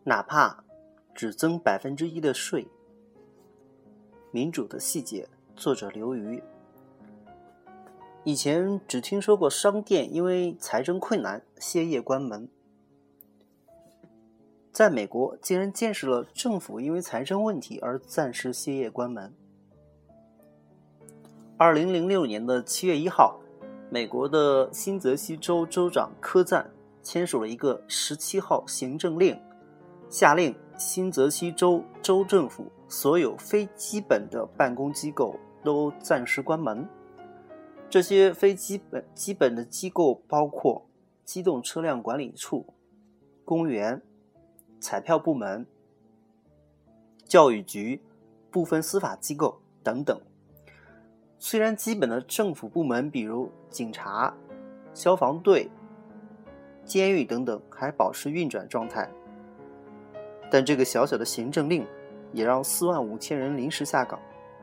哪怕只增1%的税。民主的细节，作者刘瑜。以前只听说过商店因为财政困难歇业关门，在美国竟然见识了政府因为财政问题而暂时歇业关门。2006年的7月1号，美国的新泽西州州长科赞签署了一个17号行政令，下令新泽西州州政府所有非基本的办公机构都暂时关门。这些非基本的机构包括机动车辆管理处、公园、彩票部门、教育局、部分司法机构等等。虽然基本的政府部门比如警察、消防队、监狱等等还保持运转状态，但这个小小的行政令也让45000人临时下岗，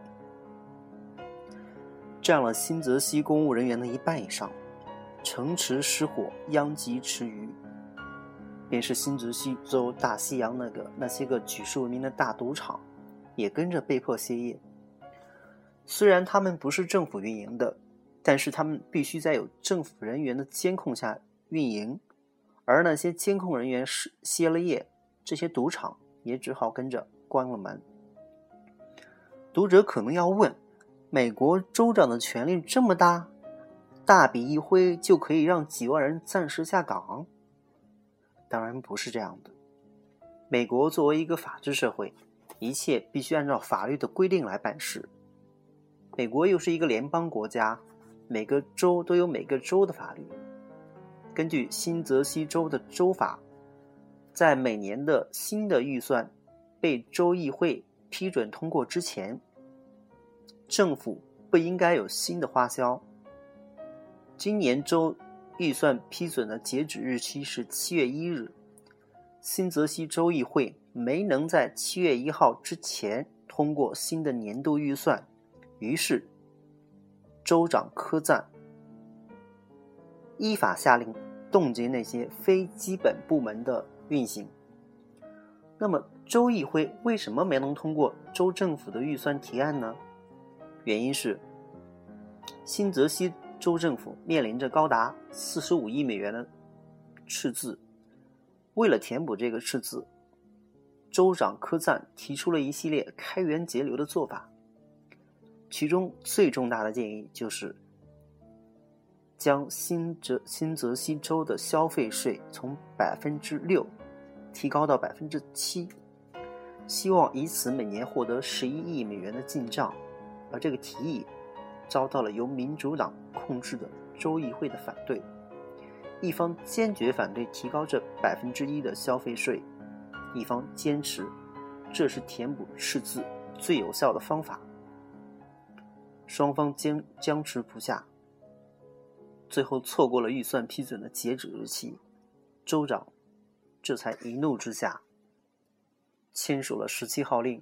占了新泽西公务人员的一半以上。城池失火，殃及池鱼，便是新泽西州大西洋那些个举世闻名的大赌场也跟着被迫歇业。虽然他们不是政府运营的，但是他们必须在有政府人员的监控下运营，而那些监控人员歇了业，这些赌场也只好跟着关了门。读者可能要问，美国州长的权力这么大，大笔一挥就可以让几万人暂时下岗？当然不是这样的。美国作为一个法治社会，一切必须按照法律的规定来办事。美国又是一个联邦国家，每个州都有每个州的法律。根据新泽西州的州法，在每年的新的预算被州议会批准通过之前，政府不应该有新的花销。今年州预算批准的截止日期是7月1日，新泽西州议会没能在7月1号之前通过新的年度预算，于是州长科赞依法下令冻结那些非基本部门的运行。那么州议会为什么没能通过州政府的预算提案呢？原因是新泽西州政府面临着高达45亿美元的赤字，为了填补这个赤字，州长科赞提出了一系列开源节流的做法，其中最重大的建议就是将新泽西州的消费税从6%提高到7%，希望以此每年获得11亿美元的进账。而这个提议遭到了由民主党控制的州议会的反对，一方坚决反对提高这1%的消费税，一方坚持这是填补赤字最有效的方法。双方僵持不下，最后错过了预算批准的截止日期，州长这才一怒之下签署了17号令。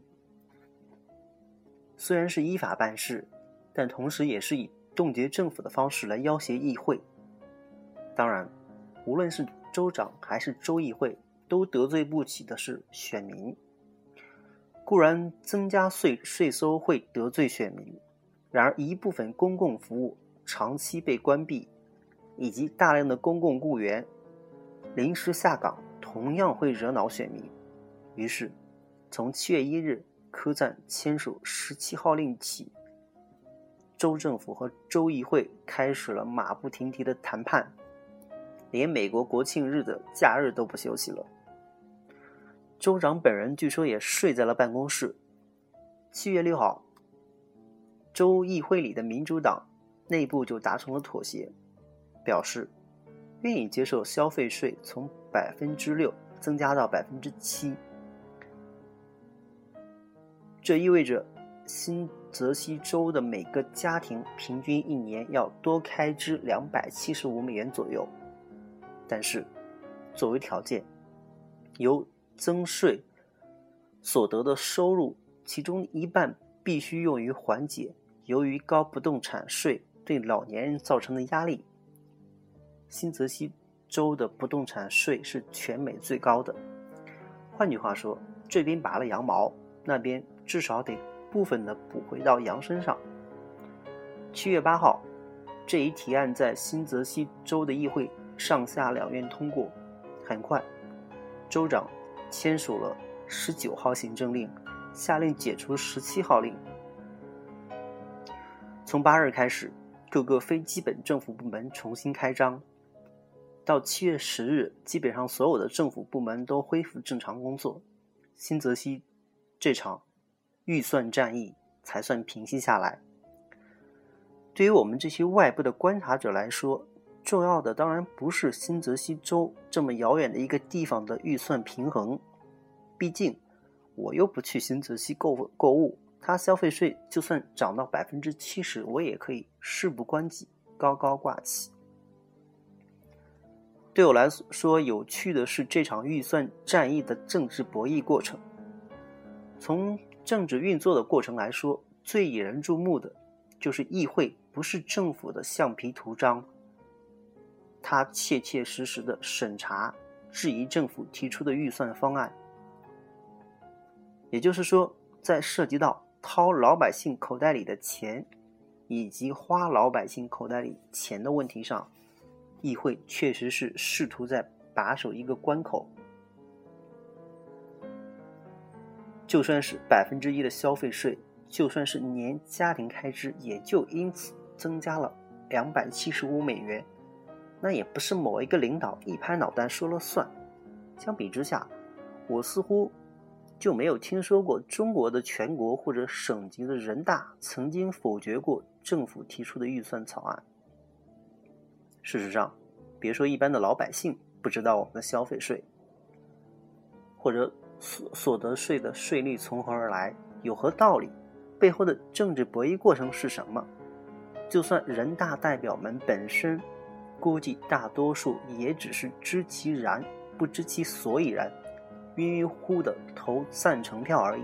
虽然是依法办事，但同时也是以冻结政府的方式来要挟议会。当然，无论是州长还是州议会，都得罪不起的是选民。固然增加税收会得罪选民，然而一部分公共服务长期被关闭，以及大量的公共雇员临时下岗，同样会惹恼选民。于是从7月1日科赞签署17号令起，州政府和州议会开始了马不停蹄的谈判，连美国国庆日的假日都不休息了。州长本人据说也睡在了办公室。7月6号，州议会里的民主党内部就达成了妥协，表示愿意接受消费税从6%增加到7%。这意味着新泽西州的每个家庭平均一年要多开支275美元左右，但是作为条件，由增税所得的收入其中一半必须用于缓解由于高不动产税对老年人造成的压力。新泽西州的不动产税是全美最高的， 换句话说，这边拔了羊毛，那边至少得部分的补回到羊身上。7月8号，这一提案在新泽西州的议会上下两院通过，很快，州长签署了19号行政令，下令解除17号令。从8日开始，各个非基本政府部门重新开张。到7月10日，基本上所有的政府部门都恢复正常工作。新泽西这场预算战役才算平息下来。对于我们这些外部的观察者来说，重要的当然不是新泽西州这么遥远的一个地方的预算平衡，毕竟我又不去新泽西购物，它消费税就算涨到 70%， 我也可以事不关己，高高挂起。对我来说，有趣的是这场预算战役的政治博弈过程。从政治运作的过程来说，最引人注目的就是议会不是政府的橡皮图章，它切切实实的审查、质疑政府提出的预算方案。也就是说，在涉及到掏老百姓口袋里的钱，以及花老百姓口袋里钱的问题上，议会确实是试图在把守一个关口。就算是1%的消费税，就算是年家庭开支也就因此增加了275美元，那也不是某一个领导一拍脑袋说了算。相比之下，我似乎就没有听说过中国的全国或者省级的人大曾经否决过政府提出的预算草案。事实上，别说一般的老百姓不知道我们的消费税或者所得税的税率从何而来，有何道理，背后的政治博弈过程是什么，就算人大代表们本身，估计大多数也只是知其然不知其所以然，晕晕乎的投赞成票而已。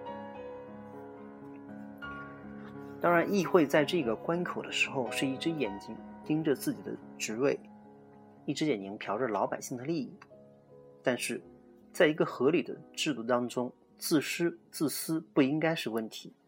当然，议会在这个关口的时候，是一只眼睛盯着自己的职位，一只眼睛瞟着老百姓的利益。但是在一个合理的制度当中，自私不应该是问题，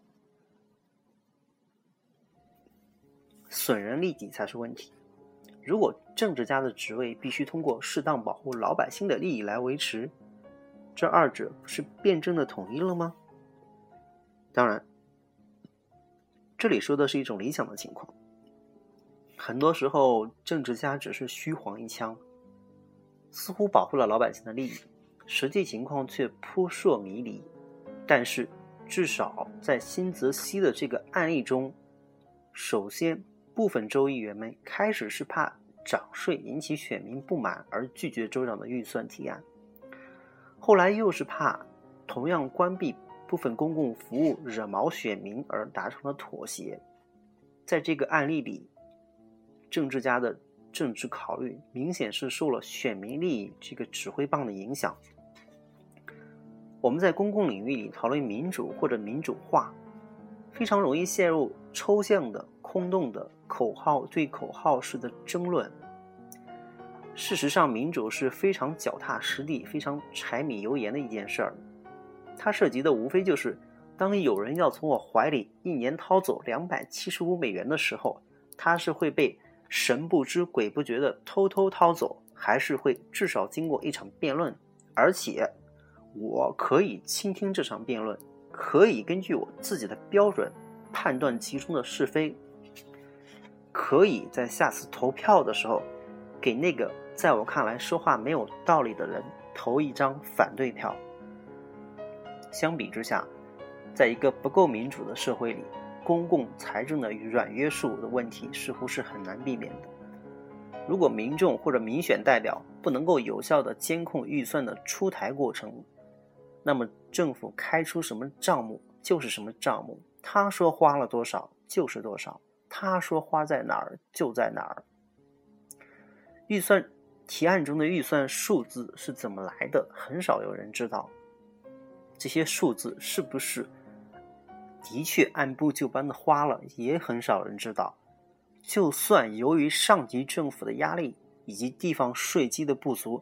损人利己才是问题。如果政治家的职位必须通过适当保护老百姓的利益来维持，这二者不是辩证的统一了吗？当然，这里说的是一种理想的情况，很多时候政治家只是虚晃一枪，似乎保护了老百姓的利益，实际情况却扑朔迷离。但是至少在新泽西的这个案例中，首先部分州议员们开始是怕涨税引起选民不满而拒绝州长的预算提案，后来又是怕同样关闭部分公共服务惹毛选民而达成了妥协。在这个案例里，政治家的政治考虑明显是受了选民利益这个指挥棒的影响。我们在公共领域里讨论民主或者民主化，非常容易陷入抽象的、空洞的口号对口号式的争论。事实上，民主是非常脚踏实地、非常柴米油盐的一件事儿。它涉及的无非就是，当有人要从我怀里一年掏走275美元的时候，他是会被神不知鬼不觉的偷偷掏走，还是会至少经过一场辩论，而且我可以倾听这场辩论，可以根据我自己的标准判断其中的是非，可以在下次投票的时候给那个在我看来说话没有道理的人投一张反对票。相比之下，在一个不够民主的社会里，公共财政的软约束的问题似乎是很难避免的。如果民众或者民选代表不能够有效地监控预算的出台过程，那么政府开出什么账目就是什么账目，他说花了多少就是多少，他说花在哪儿就在哪儿。预算提案中的预算数字是怎么来的，很少有人知道。这些数字是不是的确按部就班的花了，也很少人知道。就算由于上级政府的压力以及地方税基的不足，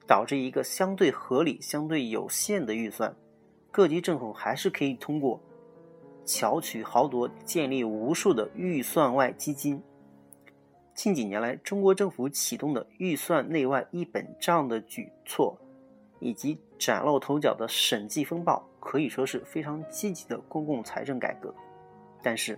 导致一个相对合理、相对有限的预算，各级政府还是可以通过巧取豪夺建立无数的预算外基金。近几年来，中国政府启动的预算内外一本账的举措，以及崭露头角的审计风暴，可以说是非常积极的公共财政改革。但是，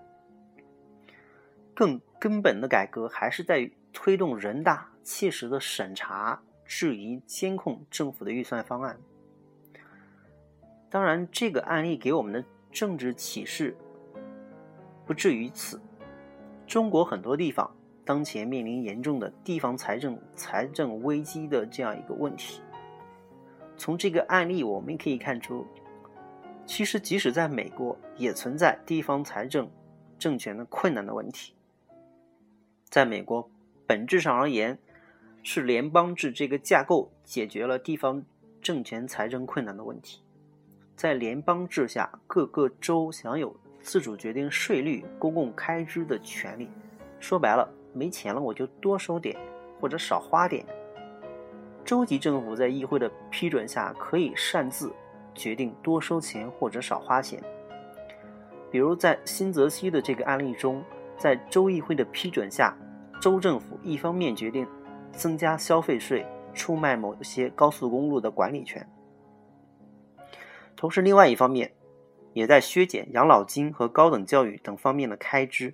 更根本的改革还是在于推动人大切实的审查、质疑、监控政府的预算方案。当然，这个案例给我们的政治启示不至于此。中国很多地方当前面临严重的地方财政危机的这样一个问题。从这个案例我们可以看出，其实即使在美国也存在地方财政政权的困难的问题。在美国，本质上而言，是联邦制这个架构解决了地方政权财政困难的问题。在联邦制下，各个州享有自主决定税率、公共开支的权利。说白了，没钱了我就多收点或者少花点。州级政府在议会的批准下可以擅自决定多收钱或者少花钱。比如在新泽西的这个案例中，在州议会的批准下，州政府一方面决定增加消费税，出卖某些高速公路的管理权，同时另外一方面也在削减养老金和高等教育等方面的开支。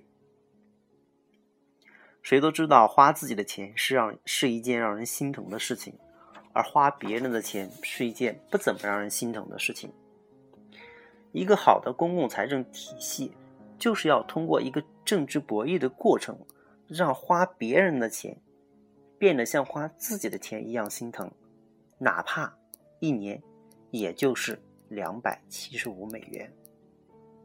谁都知道花自己的钱是一件让人心疼的事情，而花别人的钱是一件不怎么让人心疼的事情。一个好的公共财政体系就是要通过一个政治博弈的过程，让花别人的钱变得像花自己的钱一样心疼，哪怕一年也就是275美元。